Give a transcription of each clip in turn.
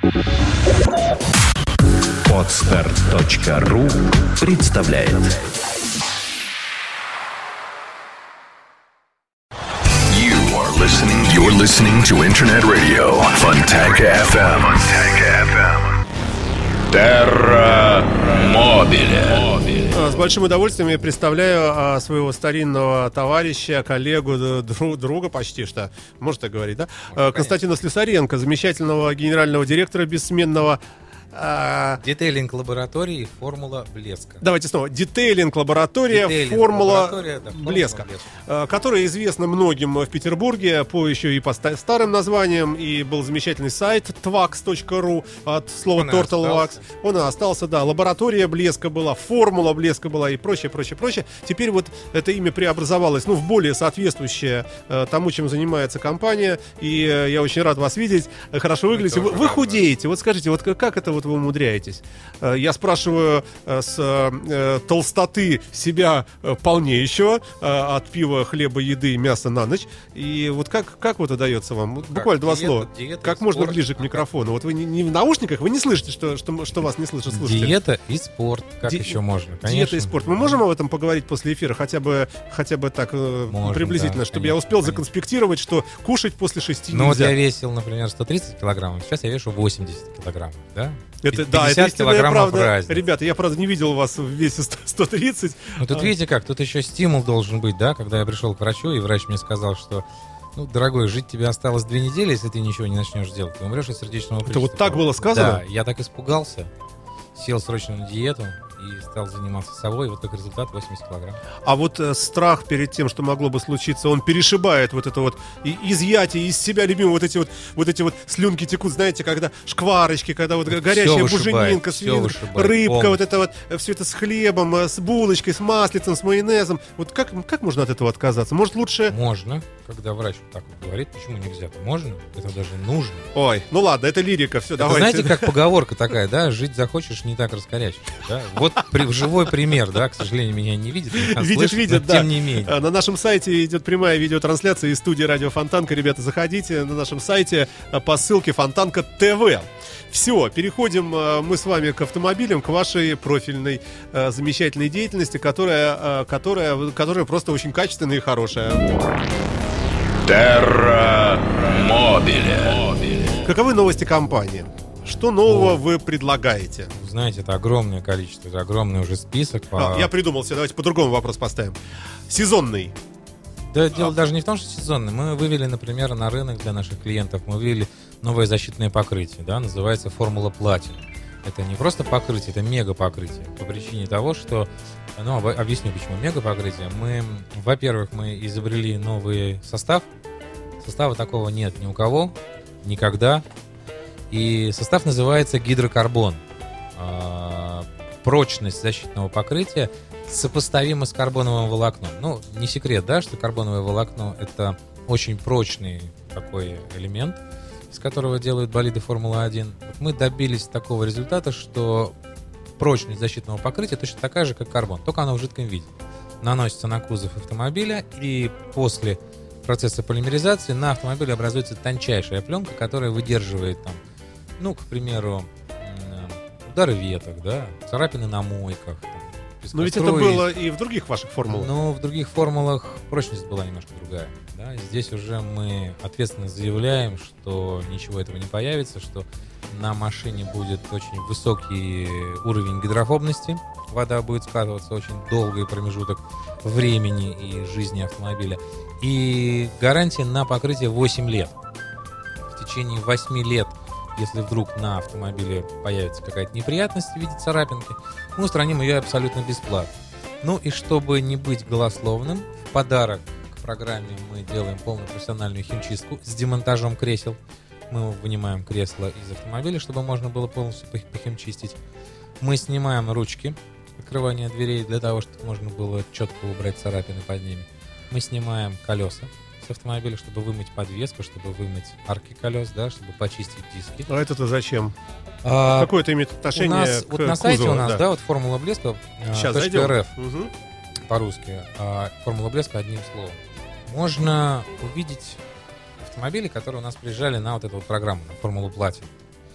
Podster.ru представляет. You're listening to Internet Radio Fontanka FM. Terra Mobile. С большим удовольствием я представляю своего старинного товарища, коллегу, друга почти что, можно так говорить, да? Константина Слесаренко, замечательного генерального директора бессменного Детейлинг лаборатории «Формула блеска». Давайте снова. Детейлинг лаборатория «Формула блеска», которая известна многим в Петербурге по еще и по старым названиям. И был замечательный сайт twax.ru от слова Turtle Wax. Он и остался, да. Лаборатория блеска была, формула блеска была и прочее. Теперь вот это имя преобразовалось, в более соответствующее тому, чем занимается компания. И я очень рад вас видеть. Хорошо выглядите. Вы худеете. Вот скажите, вот как это вот вы умудряетесь? Я спрашиваю с толстоты себя полнеющего от пива, хлеба, еды и мяса на ночь. И вот как вот удается вам? Буквально два слова. Как можно спорт, ближе к микрофону. Вот вы не в наушниках, вы не слышите, что вас не слышат слушатели. Диета и спорт. Как еще можно? Конечно. Диета и спорт. Мы можем об этом поговорить после эфира? Хотя бы так можно, приблизительно, да, чтобы я успел законспектировать, что кушать после 6 нельзя. Вот я весил, например, 130 килограммов, сейчас я вешу 80 килограммов, да? Это истинная правда. Разница. Ребята, я, правда, не видел вас в весе 130. Тут видите как, тут еще стимул должен быть, да? Когда я пришел к врачу, и врач мне сказал, что, дорогой, жить тебе осталось 2 недели, если ты ничего не начнешь делать, ты умрешь от сердечного приступа. Это вот так было сказано? Да, я так испугался, сел срочно на диету и стал заниматься собой, вот как результат 80 килограмм. А вот страх перед тем, что могло бы случиться, он перешибает вот это вот изъятие из себя любимого, вот эти слюнки текут, знаете, когда шкварочки, когда вот горячая буженинка, рыбка, вот это вот, все это с хлебом, с булочкой, с маслицем, с майонезом. Вот как можно от этого отказаться? Может, лучше... Можно, когда врач вот так вот говорит, почему нельзя-то? Можно, это даже нужно. Ой, ладно, это лирика, все, давайте. Знаете, как поговорка такая, да, жить захочешь, не так раскорячишься, да? Вот живой пример, да, к сожалению, меня не видят, видят, да. Тем не менее. На нашем сайте идет прямая видеотрансляция из студии радио Фонтанка. Ребята, заходите на нашем сайте по ссылке Фонтанка ТВ. Все, переходим мы с вами к автомобилям, к вашей профильной замечательной деятельности, которая просто очень качественная и хорошая. Terra Mobile. Каковы новости компании? Что нового вы предлагаете? Знаете, это огромное количество, это огромный уже список. Я придумал все, давайте по-другому вопрос поставим. Сезонный. Да, дело даже не в том, что сезонный. Мы вывели, например, на рынок для наших клиентов, мы вывели новое защитное покрытие, да, называется «Формула Platinum». Это не просто покрытие, это мега-покрытие. По причине того, что... объясню, почему мега-покрытие. Во-первых, мы изобрели новый состав. Состава такого нет ни у кого, никогда. И состав называется гидрокарбон. Прочность защитного покрытия сопоставима с карбоновым волокном. Не секрет, да, что карбоновое волокно — это очень прочный такой элемент, из которого делают болиды Формулы-1. Вот мы добились такого результата, что прочность защитного покрытия точно такая же, как карбон, только оно в жидком виде. Наносится на кузов автомобиля, и после процесса полимеризации на автомобиле образуется тончайшая пленка, которая выдерживает к примеру, удары веток, да, царапины на мойках. Но ведь это было и в других ваших формулах. В других формулах прочность была немножко другая. Да? Здесь уже мы ответственно заявляем, что ничего этого не появится, что на машине будет очень высокий уровень гидрофобности. Вода будет скатываться очень долгий промежуток времени и жизни автомобиля. И гарантия на покрытие 8 лет. В течение 8 лет, если вдруг на автомобиле появится какая-то неприятность в виде царапинки, мы устраним ее абсолютно бесплатно. И чтобы не быть голословным, в подарок к программе мы делаем полную профессиональную химчистку с демонтажом кресел. Мы вынимаем кресло из автомобиля, чтобы можно было полностью похимчистить. Мы снимаем ручки открывания дверей для того, чтобы можно было четко убрать царапины под ними. Мы снимаем колеса с автомобиля, чтобы вымыть подвеску, чтобы вымыть арки колес, да, чтобы почистить диски. А это-то зачем? Какое это имеет отношение к на сайте у нас, да, вот формула блеска .рф по-русски. Формула блеска одним словом. Можно увидеть автомобили, которые у нас приезжали на вот эту вот программу, на формулу Platinum.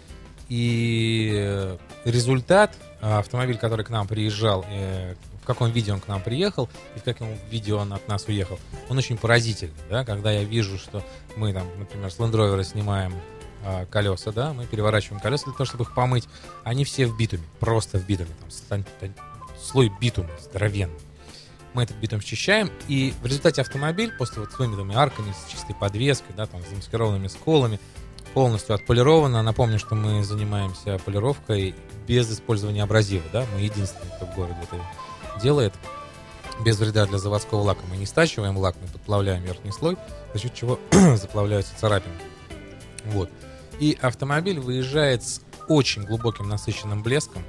И результат, автомобиль, который к нам приезжал, в каком виде он к нам приехал и в каком виде он от нас уехал, он очень поразительный. Да? Когда я вижу, что мы, там, например, с Land Rover снимаем колеса, да, мы переворачиваем колеса для того, чтобы их помыть, они все в битуме, просто в битуме, там слой битума здоровенный. Мы этот битум счищаем, и в результате автомобиль, после вот с вымытыми арками, с чистой подвеской, да, там, с замаскированными сколами, полностью отполировано. Напомню, что мы занимаемся полировкой без использования абразива, да, мы единственные, кто в городе это делает, без вреда для заводского лака. Мы не стачиваем лак, мы подплавляем верхний слой, за счет чего заплавляются царапины. Вот. И автомобиль выезжает с очень глубоким насыщенным блеском,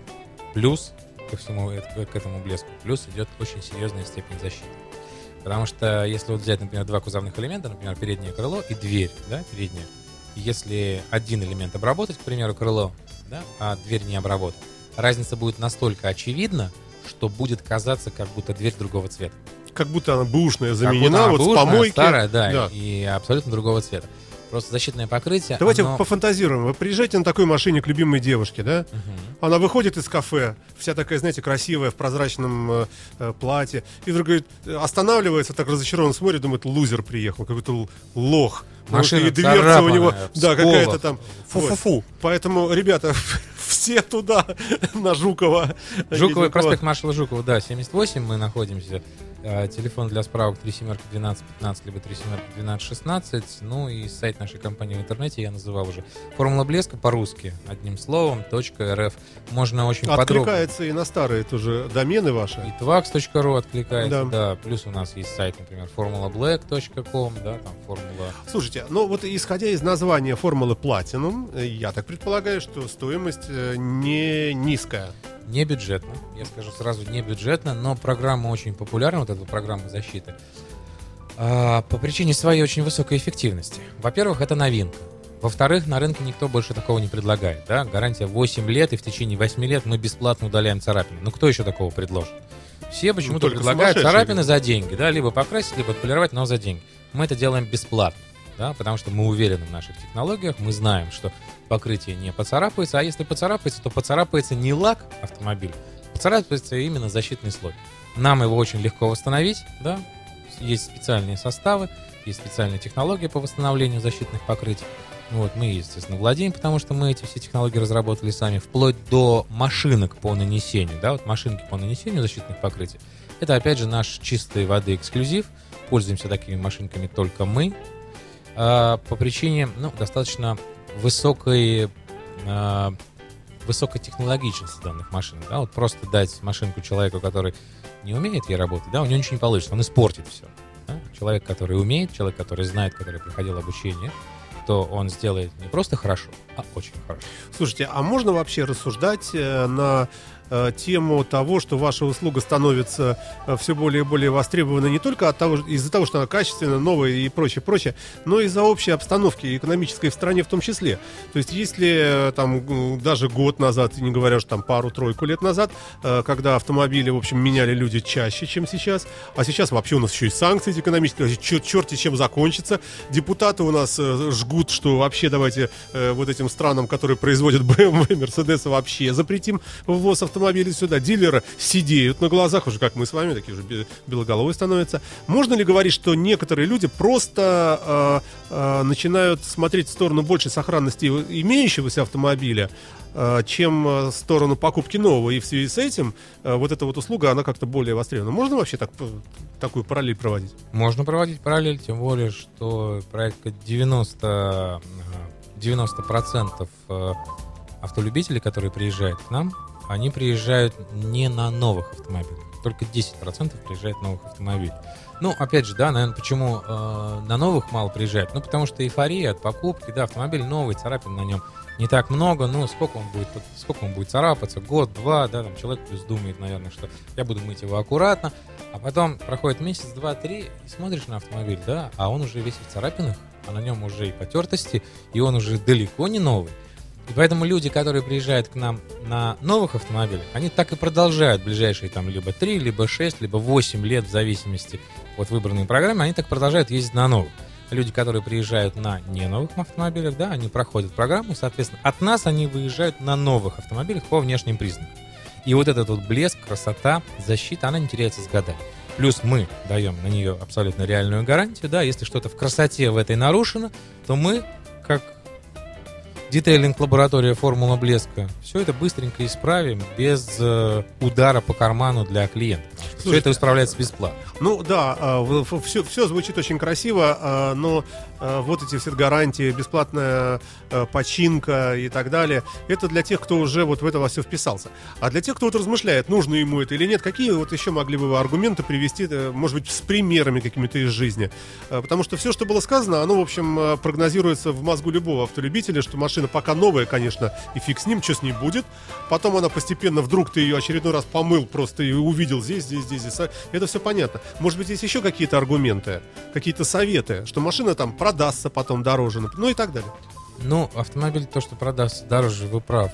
плюс ко всему к этому блеску, плюс идет очень серьезная степень защиты. Потому что если вот взять, например, два кузовных элемента, например, переднее крыло и дверь, да, передняя, если один элемент обработать, к примеру, крыло, да, а дверь не обработать, разница будет настолько очевидна, что будет казаться, как будто дверь другого цвета. Как будто она бэушная заменена, вот с помойки. Старая, да, и абсолютно другого цвета. Просто защитное покрытие. Давайте пофантазируем. Вы приезжаете на такой машине к любимой девушке, да? Она выходит из кафе, вся такая, знаете, красивая, в прозрачном платье. И вдруг говорит, останавливается, так разочарованно смотрит, думает, лузер приехал, какой-то лох. Машина дверца у него, да, сколов. какая-то там. Фу-фу-фу. Поэтому, ребята, все туда, на Жукова. Жукова, проспект маршала Жукова, да, 78 мы находимся. Телефон для справок 37-12-15, либо 37-12-16. Ну и сайт нашей компании в интернете я называл уже. Формула блеска по-русски, одним словом, .rf. Можно очень подробно. Откликается и на старые тоже домены ваши. И tvax.ru откликается, да. Плюс у нас есть сайт, например, formulablack.com, да, там формула... Слушайте, ну вот исходя из названия формулы Platinum, я так предполагаю, что стоимость не низкая. Не бюджетно, я скажу сразу, не бюджетно, но программа очень популярна, вот эта программа защиты, по причине своей очень высокой эффективности. Во-первых, это новинка. Во-вторых, на рынке никто больше такого не предлагает. Да? Гарантия 8 лет, и в течение 8 лет мы бесплатно удаляем царапины. Ну, кто еще такого предложит? Все почему-то предлагают царапины за деньги, да? Либо покрасить, либо отполировать, но за деньги. Мы это делаем бесплатно, да? Потому что мы уверены в наших технологиях, мы знаем, что покрытие не поцарапается, а если поцарапается, то поцарапается не лак автомобиля, поцарапается именно защитный слой. Нам его очень легко восстановить, да? Есть специальные составы, есть специальные технологии по восстановлению защитных покрытий. Вот, мы, естественно, владеем, потому что мы эти все технологии разработали сами, вплоть до машинок по нанесению, да, вот машинки по нанесению защитных покрытий. Это, опять же, наш чистой воды эксклюзив. Пользуемся такими машинками только мы. По причине, достаточно высокой технологичности данных машин. Да? Вот просто дать машинку человеку, который не умеет ей работать, да, у него ничего не получится, он испортит все. Да? Человек, который умеет, человек, который знает, который проходил обучение, то он сделает не просто хорошо, а очень хорошо. Слушайте, а можно вообще рассуждать на тему того, что ваша услуга становится все более и более востребована не только из-за того, что она качественная, новая и прочее, но и из-за общей обстановки экономической в стране в том числе. То есть если там даже год назад, не говоря уж там пару-тройку лет назад, когда автомобили, в общем, меняли люди чаще, чем сейчас, а сейчас вообще у нас еще и санкции экономические, черти чем закончится. Депутаты у нас жгут, что вообще давайте вот этим странам, которые производят BMW, Mercedes, вообще запретим ввоз автомобилей сюда. Дилеры сидеют на глазах, уже как мы с вами, такие уже белоголовые становятся. Можно ли говорить, что некоторые люди просто начинают смотреть в сторону большей сохранности имеющегося автомобиля, чем в сторону покупки нового, и в связи с этим вот эта вот услуга, она как-то более востребована? Можно вообще такую параллель проводить? Можно проводить параллель, тем более, что порядка 90% автолюбителей, которые приезжают к нам, они приезжают не на новых автомобилях. Только 10% приезжает новых автомобилей. Ну, опять же, да, наверное, почему на новых мало приезжают? Ну, потому что эйфория от покупки, да, автомобиль новый, царапин на нем не так много, ну, сколько он будет царапаться, год-два, да, там человек плюс думает, наверное, что я буду мыть его аккуратно, а потом проходит месяц, два, три, и смотришь на автомобиль, да, а он уже весь в царапинах, а на нем уже и потертости, и он уже далеко не новый. И поэтому люди, которые приезжают к нам на новых автомобилях, они так и продолжают ближайшие там либо 3, либо 6, либо 8 лет, в зависимости от выбранной программы, они так продолжают ездить на новых. люди, которые приезжают на не новых автомобилях, да, они проходят программу, соответственно, от нас они выезжают на новых автомобилях по внешним признакам. И вот этот вот блеск, красота, защита, она не теряется с годами. Плюс мы даем на нее абсолютно реальную гарантию, да, если что-то в красоте в этой нарушено, то мы, как детейлинг-лаборатория «Формула блеска», все это быстренько исправим без удара по карману для клиента. Все это исправляется бесплатно. Ну да, все звучит очень красиво, но вот эти все гарантии, бесплатная починка и так далее, это для тех, кто уже вот в это во все вписался. А для тех, кто вот размышляет, нужно ему это или нет, какие вот еще могли бы вы аргументы привести, может быть, с примерами какими-то из жизни? Потому что все, что было сказано, оно, в общем, прогнозируется в мозгу любого автолюбителя, что машина пока новая, конечно, и фиг с ним, что с ней будет. Потом она постепенно, вдруг ты ее очередной раз помыл просто и увидел здесь. Это все понятно. Может быть, есть еще какие-то аргументы, какие-то советы, что машина там продастся потом дороже, ну и так далее. Ну, автомобиль, то, что продастся дороже, вы правы,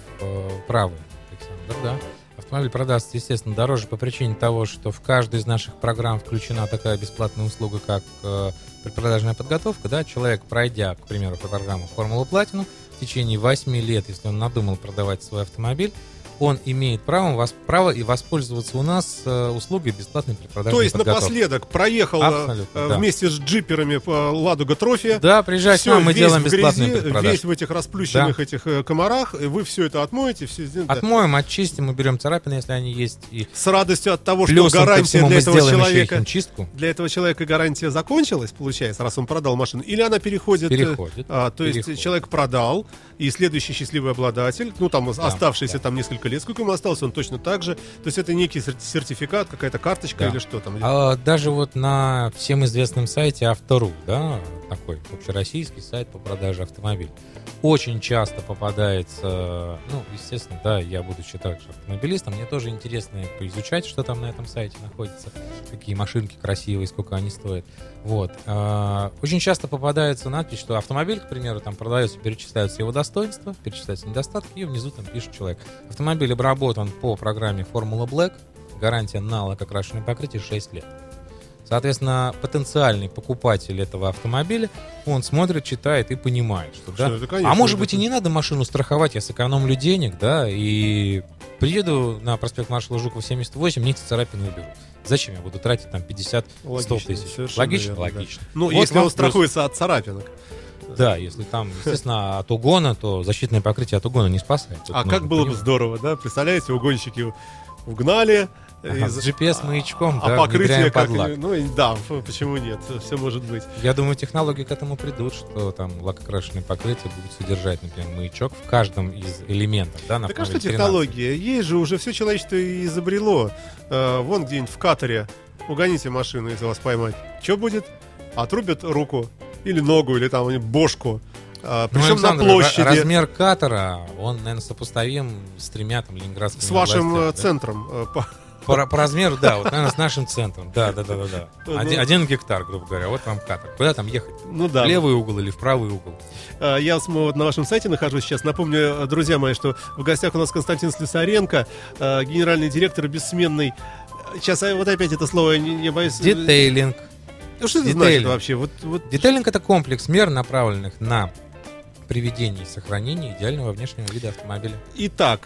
Александр, да. Автомобиль продастся, естественно, дороже по причине того, что в каждой из наших программ включена такая бесплатная услуга, как предпродажная подготовка. Да? Человек, пройдя, к примеру, по программу «Формула Платинум», в течение 8 лет, если он надумал продавать свой автомобиль, он имеет право и воспользоваться у нас услугой бесплатной предпродажной подготовки. То есть напоследок проехал вместе с джиперами по Ладога Трофи. Да, приезжайте к нам, мы делаем бесплатную предпродажу. Весь в этих расплющенных этих комарах, и вы все это отмоете. Отмоем, очистим, уберем царапины, если они есть. И с радостью от того, что гарантия для этого человека... чистку. Для этого человека гарантия закончилась, получается, раз он продал машину. Или она переходит. То есть человек продал, и следующий счастливый обладатель, ну там оставшиеся там несколько лет, сколько ему осталось, он точно так же. То есть это некий сертификат, какая-то карточка или что там. Даже вот на всем известном сайте Авто.ру, да, такой общероссийский сайт по продаже автомобилей, очень часто попадается, ну, естественно, да, я будучи также автомобилистом, мне тоже интересно поизучать, что там на этом сайте находится, какие машинки красивые, сколько они стоят. Вот. Очень часто попадается надпись, что автомобиль, к примеру, там продается, перечисляются его достоинства, перечисляются недостатки, и внизу там пишет человек: автомобиль обработан по программе Формула Black, гарантия на лакокрашенное покрытие 6 лет. Соответственно, потенциальный покупатель этого автомобиля, он смотрит, читает и понимает, что да. Это, конечно, а может быть и не надо машину страховать, я сэкономлю денег, да, и приеду на проспект маршала Жукова 78, мне эти царапины уберут. Зачем я буду тратить там 50-100 тысяч? Логично? Верно, логично. Да. Ну, вот если он страхуется от царапинок. Да, если там, естественно, от угона, то защитное покрытие от угона не спасает. А как было бы здорово, да? Представляете, угонщики угнали. С GPS-маячком, да, покрытие как... лак. Ну, да, почему нет? Все может быть. Я думаю, технологии к этому придут, что там лакокрашенные покрытия будут содержать, например, маячок в каждом из элементов. Да, так а что технология? Есть же уже все человечество изобрело. Вон где-нибудь в Катаре угоните машину, если вас поймать. Что будет? Отрубят руку или ногу, или там бошку. Причем на площади. Размер катера, он, наверное, сопоставим с 3 там ленинградскими с вашим областями, центром. По размеру, да, вот, наверное, с нашим центром. Да. 1 гектар, грубо говоря, вот вам катер. Куда там ехать? Ну да. В левый угол или в правый угол? Я вот на вашем сайте нахожусь сейчас. Напомню, друзья мои, что в гостях у нас Константин Слюсаренко, генеральный директор бессменный. Сейчас вот опять это слово, я боюсь. Детейлинг. Ну что это значит вообще? Детейлинг — это комплекс мер, направленных на приведение и сохранение идеального внешнего вида автомобиля. Итак,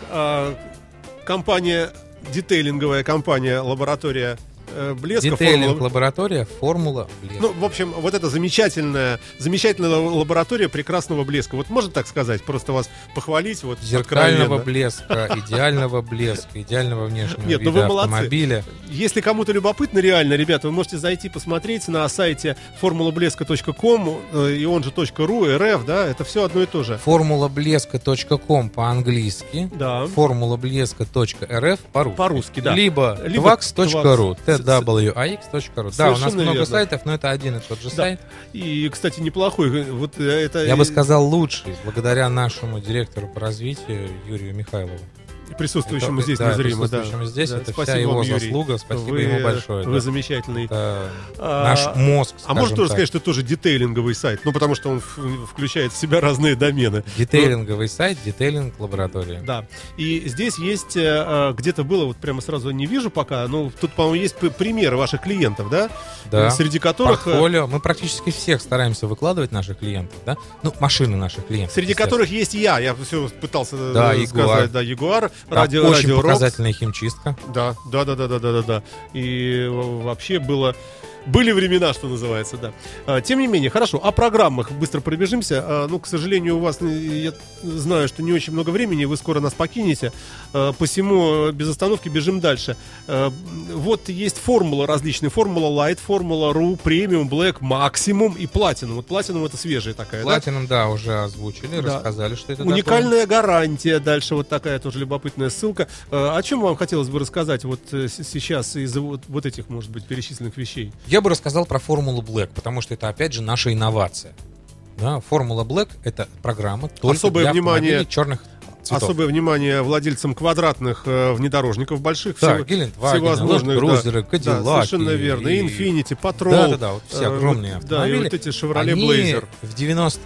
детейлинговая компания «Лаборатория Блеска». Детейлинг-лаборатория «Формула Блеска». Ну, в общем, вот эта замечательная лаборатория прекрасного блеска. Вот можно так сказать? Просто вас похвалить. Вот, зеркального блеска, идеального блеска, идеального внешнего вида вы автомобиля. Если кому-то любопытно, реально, ребята, вы можете зайти посмотреть на сайте formulablеска.com и он же .ru, .rf, да, это все одно и то же. formulablеска.com по-английски, да. formulablеска.rf по-русски. По-русски, да. Либо twax.ru, twax.ru. Да, у нас много сайтов, но это один и тот же сайт. И, кстати, неплохой. Вот это... Я бы сказал, лучший, благодаря нашему директору по развитию Юрию Михайлову. присутствующему здесь незримо. Присутствующему здесь, да. Это Спасибо вся его вам, Юрий. заслуга, спасибо ему большое. Вы замечательный. Это наш мозг, А можно тоже так сказать, что это тоже детейлинговый сайт? Ну, потому что он включает в себя разные домены. Детейлинговый сайт, детейлинг-лаборатория. Да. И здесь есть, где-то было, вот прямо сразу не вижу пока, но тут, по-моему, есть примеры ваших клиентов, да? Да. Среди которых... Портфолио. Мы практически всех стараемся выкладывать наших клиентов, да? Ну, машины наших клиентов. Среди которых есть я все пытался сказать, Ягуар. да, Ягуар, очень показательная химчистка. Да. И вообще были времена, что называется, да. Тем не менее, хорошо, о программах быстро пробежимся. Ну, к сожалению, у вас, я знаю, что не очень много времени, вы скоро нас покинете. Посему без остановки бежим дальше. Вот есть формула различные. Формула Light, формула RU, Premium, Black, Maximum и Platinum. Вот Platinum это свежая такая, Platinum, да, уже озвучили, рассказали, что это уникальная такое. гарантия. Дальше вот такая тоже любопытная ссылка. О чем вам хотелось бы рассказать вот сейчас из вот этих, может быть, перечисленных вещей? Я бы рассказал про формулу Black, потому что это, опять же, наша инновация. Да, формула Black — это программа только особое для внимание, автомобилей черных цветов. Особое внимание владельцам квадратных внедорожников больших. Да, Гелендваген, крузеры, Кадиллаки. Да, совершенно верно. И Infiniti, Patrol. Да, вот все огромные автомобили. Да, и вот эти Chevrolet они Blazer. в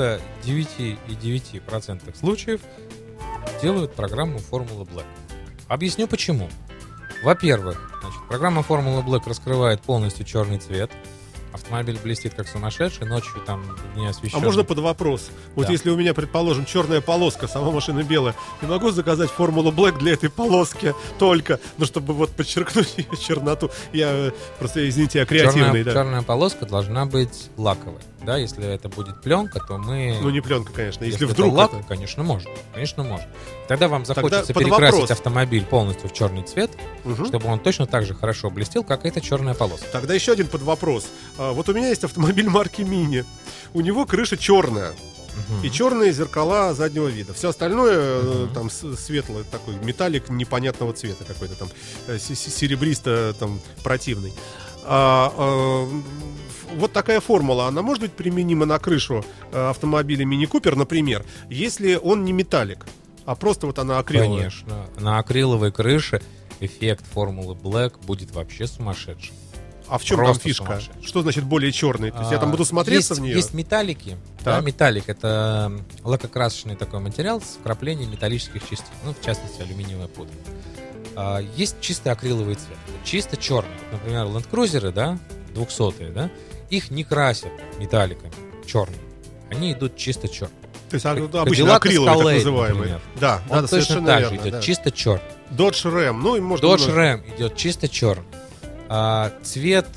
99,9% случаев делают программу формулы Black. Объясню почему. Во-первых, программа Формула Black раскрывает полностью черный цвет. Автомобиль блестит как сумасшедший, ночью там не освещен. А можно под вопрос? Вот да. Если у меня, предположим, черная полоска, сама машина белая, я могу заказать формулу Black для этой полоски только, ну, чтобы вот подчеркнуть ее черноту. Я просто, извините, я креативный. Черная полоска должна быть лаковой. Да, если это будет пленка, то мы... Ну, не пленка, конечно. Если вдруг вдруг лак, конечно, можно. Тогда вам захочется перекрасить автомобиль полностью в черный цвет, чтобы он точно так же хорошо блестел, как эта черная полоска. Тогда еще один подвопрос. Вот у меня есть автомобиль марки Mini. У него крыша черная. И черные зеркала заднего вида. Все остальное там светлое, такой металлик непонятного цвета какой-то там, серебристо там противный. Вот такая формула, она может быть применима на крышу автомобиля Mini Cooper, например, если он не металлик, а просто вот она акриловая. Конечно. На акриловой крыше эффект формулы Black будет вообще сумасшедший. А в чем там фишка? Что значит более черный? То есть я там буду смотреться в нее? Есть металлики. Да, металлик — это лакокрасочный такой материал с вкраплением металлических частиц. Ну, в частности, алюминиевая пудра. Есть чистый акриловый цвет. Чисто черный. Например, Land Cruiser, да, 200-е, да, их не красят металликами черными. Они идут чисто черными. То есть обычно акриловый, так называемый. Да, он точно совершенно так верно. же идет, чисто черный. Dodge Ram, ну и может Dodge Ram идет чисто черный. Цвет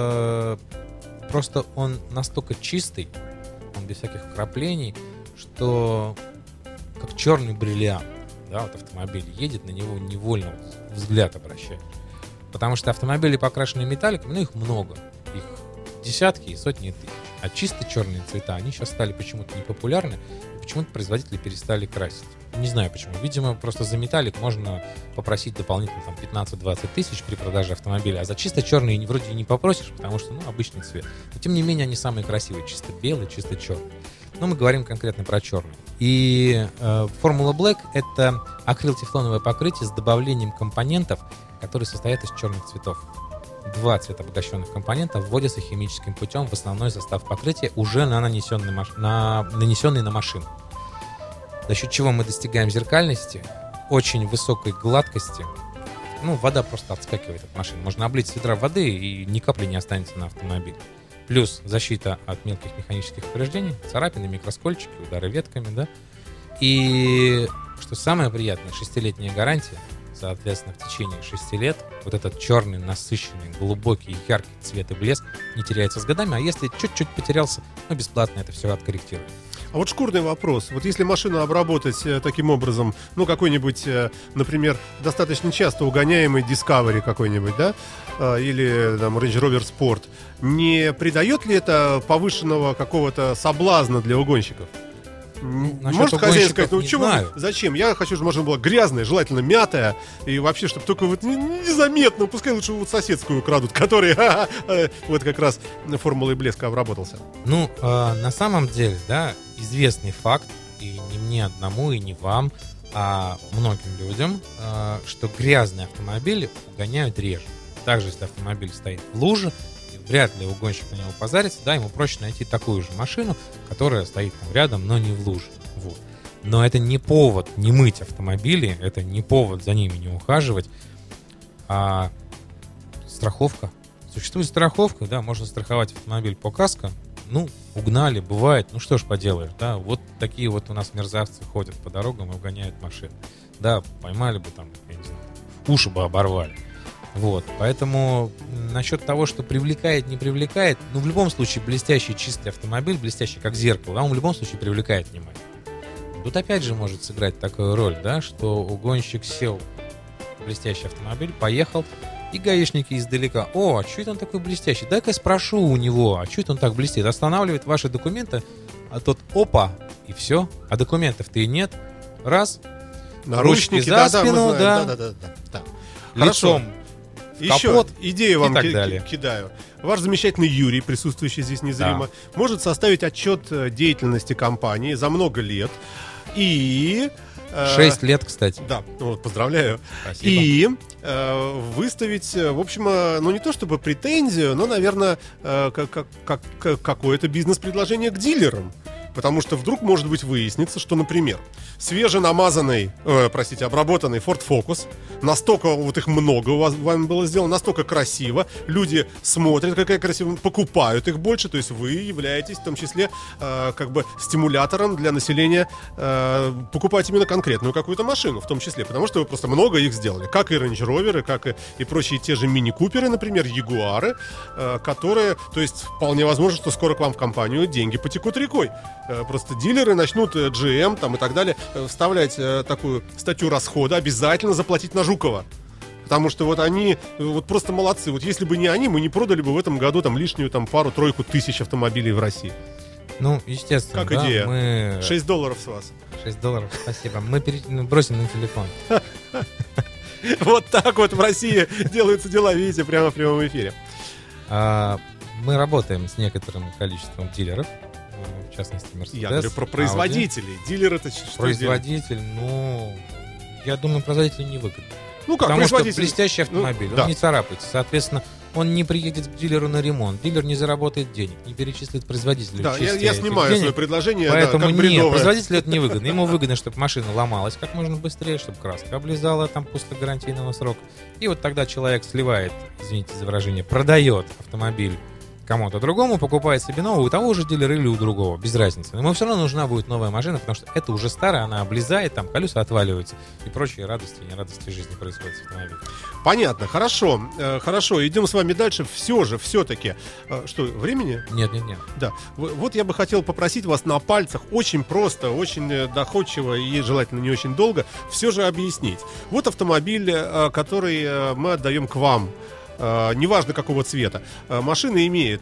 просто он настолько чистый, он без всяких вкраплений, что как черный бриллиант. Да, вот автомобиль едет, на него невольно взгляд обращает. Потому что автомобили, покрашенные металликом, ну их много. Их десятки и сотни тысяч. А чисто черные цвета, они сейчас стали почему-то непопулярны, и почему-то производители перестали красить. Не знаю почему. Видимо, просто за металлик можно попросить дополнительно там 15-20 тысяч при продаже автомобиля, а за чисто черный вроде и не попросишь, потому что, обычный цвет. Но, тем не менее, они самые красивые. Чисто белый, чисто черный. Но мы говорим конкретно про черный. И Формула Black — это акрилтефлоновое покрытие с добавлением компонентов, которые состоят из черных цветов. 2 цветообогащенных компонента вводятся химическим путем в основной состав покрытия, уже нанесенный на машину. За счет чего мы достигаем зеркальности, очень высокой гладкости. Вода просто отскакивает от машины. Можно облить с ведра воды, и ни капли не останется на автомобиле. Плюс защита от мелких механических повреждений, царапины, микроскольчики, удары ветками, да. И, что самое приятное, 6-летняя гарантия. Соответственно, в течение 6 лет вот этот черный, насыщенный, глубокий, яркий цвет и блеск не теряется с годами, а если чуть-чуть потерялся, бесплатно это все откорректирует. А вот шкурный вопрос. Вот если машину обработать таким образом, какой-нибудь, например, достаточно часто угоняемый Discovery какой-нибудь, да, или там Range Rover Sport, не придает ли это повышенного какого-то соблазна для угонщиков? Может хозяин сказать, зачем? Я хочу, чтобы машина была грязная, желательно мятая, и вообще, чтобы только незаметно, пускай лучше соседскую крадут, который вот как раз формулой блеска обработался. На самом деле, да, известный факт, и не мне одному, и не вам, А многим людям, что грязные автомобили угоняют реже. Также, если автомобиль стоит в луже, вряд ли угонщик на него позарится, да, ему проще найти такую же машину, которая стоит там рядом, но не в луже. Вот. Но это не повод не мыть автомобили, это не повод за ними не ухаживать, а страховка. Существует страховка, да, можно страховать автомобиль по каско, ну, угнали, бывает, ну что ж поделаешь, да, вот такие вот у нас мерзавцы ходят по дорогам и угоняют машины. Да, поймали бы там, я не знаю, уши бы оборвали. Вот, поэтому насчет того, что привлекает, не привлекает, ну, в любом случае, блестящий чистый автомобиль, блестящий как зеркало, да, он в любом случае привлекает внимание. Тут опять же может сыграть такую роль, да, что угонщик сел в блестящий автомобиль, поехал, и гаишники издалека: о, а что это он такой блестящий? Дай-ка я спрошу у него, а что это он так блестит? Останавливает ваши документы, а тот опа, и все, а документов-то и нет. Раз, ручки за спину, да. Лицом в капот, еще идею вам далее. Кидаю. Ваш замечательный Юрий, присутствующий здесь незримо, может составить отчет деятельности компании за много лет. И 6 лет, кстати. Да, вот, поздравляю. Спасибо. И выставить, в общем, ну не то чтобы претензию, но, наверное, какое-то бизнес-предложение к дилерам. Потому что вдруг, может быть, выяснится, что, например, свеженамазанный, обработанный Ford Focus, настолько вот их много у вас вами было сделано, настолько красиво, люди смотрят, какая красивая, покупают их больше, то есть вы являетесь в том числе как бы стимулятором для населения покупать именно конкретную какую-то машину, в том числе, потому что вы просто много их сделали, как и Range Rover, как и прочие те же мини-куперы, например, Ягуары, которые, то есть вполне возможно, что скоро к вам в компанию деньги потекут рекой. Просто дилеры начнут, GM там и так далее, вставлять такую статью расхода, обязательно заплатить на Жукова. Потому что вот они вот просто молодцы. Вот если бы не они, мы не продали бы в этом году там лишнюю там пару-тройку тысяч автомобилей в России. Ну, естественно, как идея? Мы... $6 с вас. $6, спасибо. Мы бросим на телефон. Вот так вот в России делаются дела, видите, прямо в прямом эфире. Мы работаем с некоторым количеством дилеров, в частности, Mercedes. Я говорю про производителей. Дилер — это что? Производитель, ну, я думаю, производителю невыгодно. Ну как, потому что блестящий автомобиль, он не царапается. Соответственно, он не приедет к дилеру на ремонт. Дилер не заработает денег, не перечислит производителю. Да, я снимаю свое предложение, поэтому как бредовое. Нет, производителю это невыгодно. Ему выгодно, чтобы машина ломалась как можно быстрее, чтобы краска облизала там после гарантийного срока. И вот тогда человек сливает, извините за выражение, продает автомобиль кому-то другому, покупает себе новую у того же дилера или у другого, без разницы. Но ему все равно нужна будет новая машина, потому что это уже старая, она облезает, там колеса отваливаются и прочие радости и нерадости жизни происходят с автомобилем. Понятно, хорошо, идем с вами дальше. Все-таки, что, времени? Нет. Да, вот я бы хотел попросить вас на пальцах очень просто, очень доходчиво и желательно не очень долго все же объяснить. Вот автомобиль, который мы отдаем к вам. Неважно какого цвета. Машина имеет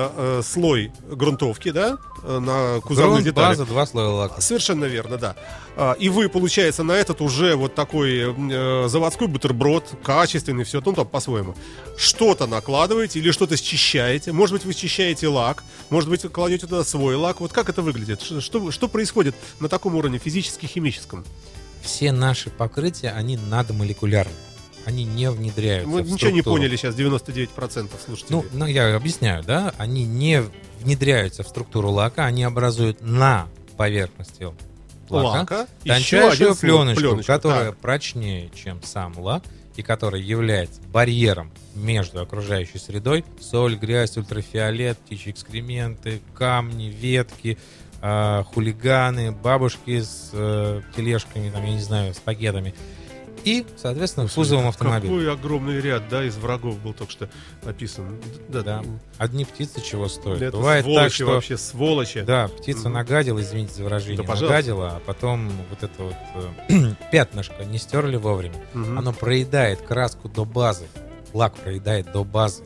слой грунтовки, да, на кузовных деталях. База, 2 слоя лака. Совершенно верно, да. И вы, получается, на этот уже вот такой заводской бутерброд, качественный, все, ну там по-своему, что-то накладываете или что-то счищаете. Может быть, вы счищаете лак, может быть, вы кладете туда свой лак. Вот как это выглядит? Что происходит на таком уровне физически-химическом? Все наши покрытия, они надмолекулярны. Они не внедряются мы в ничего не поняли сейчас, 99% слушателей. Ну, я объясняю, да. Они не внедряются в структуру лака, они образуют на поверхности лака тончайшую пленочку, которая прочнее, чем сам лак, и которая является барьером между окружающей средой. Соль, грязь, ультрафиолет, птичьи экскременты, камни, ветки, хулиганы, бабушки с тележками, там, я не знаю, с пакетами. И, соответственно, кузовом автомобиля. Какой огромный ряд, да, из врагов был только что написан. Да. Одни птицы чего стоят. Это бывает сволочи так, что вообще, сволочи. Да, птица нагадила, извините за выражение, да, нагадила, а потом вот это вот пятнышко не стерли вовремя. Оно проедает краску до базы. Лак проедает до базы.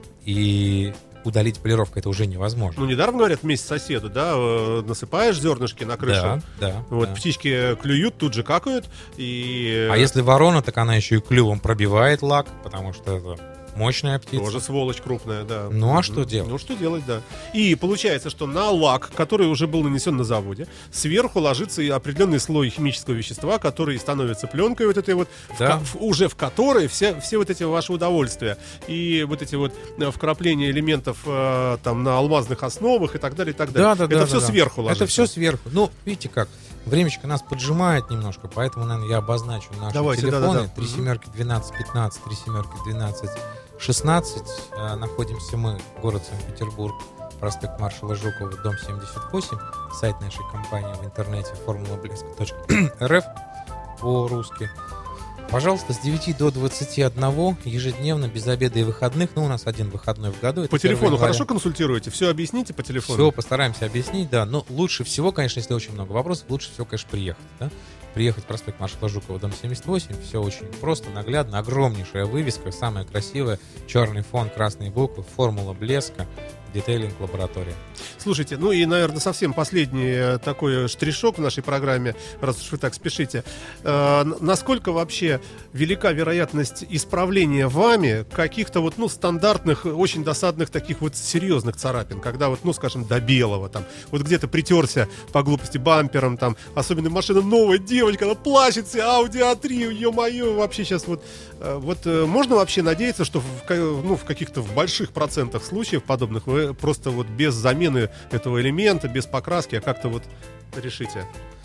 И удалить полировкой это уже невозможно. Ну, недаром говорят, вместе соседу, да, насыпаешь зернышки на крышу. Да. Вот птички клюют, тут же какают. И... А если ворона, так она еще и клювом пробивает лак, потому что это Мощная птица. Тоже сволочь крупная, да. Ну, а что делать? Ну, что делать, да. И получается, что на лак, который уже был нанесен на заводе, сверху ложится и определенный слой химического вещества, который становится пленкой вот этой вот, Да. уже в которой все вот эти ваши удовольствия. И вот эти вот вкрапления элементов там на алмазных основах и так далее, и так далее. Да, Это все сверху ложится. Это все сверху. Ну, видите как, времечко нас поджимает немножко, поэтому, наверное, я обозначу наши телефоны. 3 семерки 12 15, 3 семерки 12 16. Находимся мы, город Санкт-Петербург, проспект маршала Жукова, дом 78. Сайт нашей компании в интернете formulablesк.рф по-русски. Пожалуйста, с 9 до 21 ежедневно, без обеда и выходных. Ну, у нас один выходной в году. По телефону хорошо консультируете? Все объясните по телефону? Все постараемся объяснить, да. Но лучше всего, конечно, если очень много вопросов, лучше всего, конечно, приехать, да. Приехать в проспект маршала Жукова, дом 78. Все очень просто, наглядно. Огромнейшая вывеска, самая красивая. Черный фон, красные буквы, формула блеска. Детейлинг лаборатория. Слушайте, ну и, наверное, совсем последний такой штришок в нашей программе, раз уж вы так спешите. Насколько вообще велика вероятность исправления вами каких-то вот, ну, стандартных, очень досадных таких вот серьезных царапин, когда вот, ну, скажем, до белого, там, вот где-то притерся по глупости бампером, там, особенно машина новая, девочка, она плачет, Audi A3, ё-моё, вообще сейчас вот, можно вообще надеяться, что в каких-то в больших процентах случаев подобных вы просто вот без замены этого элемента, без покраски, а как-то вот решите?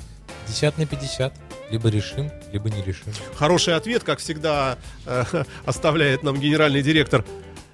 50 на 50. Либо решим, либо не решим. Хороший ответ, как всегда, оставляет нам генеральный директор.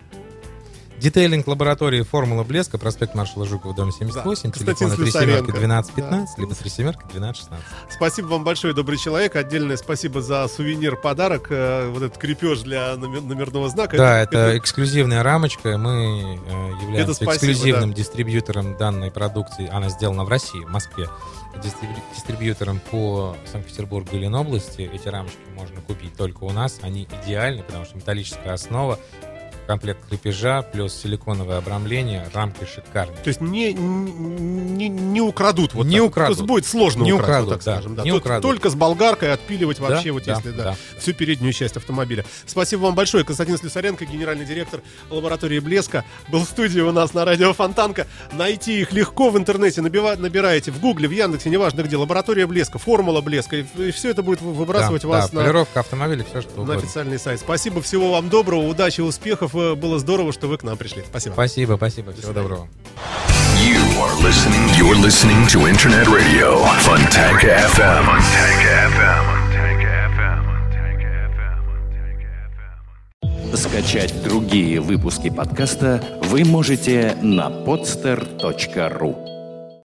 Детейлинг лаборатории формула блеска, проспект маршала Жукова, дом 78, да. телефоны 3 семерки 12 15, да. Либо 3 семерки 12 16. Спасибо вам большое, добрый человек. Отдельное спасибо за сувенир-подарок, вот этот крепеж для номерного знака. Да, это эксклюзивная рамочка. Мы являемся эксклюзивным дистрибьютором данной продукции. Она сделана в России, в Москве. Дистрибьютором по Санкт-Петербургу и Ленобласти. Эти рамочки можно купить только у нас. Они идеальны, потому что металлическая основа, комплект крепежа, плюс силиконовое обрамление, рамки шикарные. То есть не украдут вот не так. Украдут. То есть будет сложно не украсть, украдут, вот так да. скажем. Да. Не украдут. Только с болгаркой отпиливать вообще, да, вот да, если да. всю переднюю часть автомобиля. Спасибо вам большое. Константин Слюсаренко, генеральный директор лаборатории блеска, был в студии у нас на радио Фонтанка. Найти их легко в интернете. Набираете в Гугле, в Яндексе, неважно где, лаборатория блеска, формула блеска, и все это будет выбрасывать вас полировка автомобиля, все что угодно. На официальный сайт. Спасибо, всего вам доброго, удачи, успехов. Было здорово, что вы к нам пришли. Спасибо. Спасибо. Всего доброго. You're listening to Internet Radio Fontanka FM. Скачать другие выпуски подкаста вы можете на podster.ru.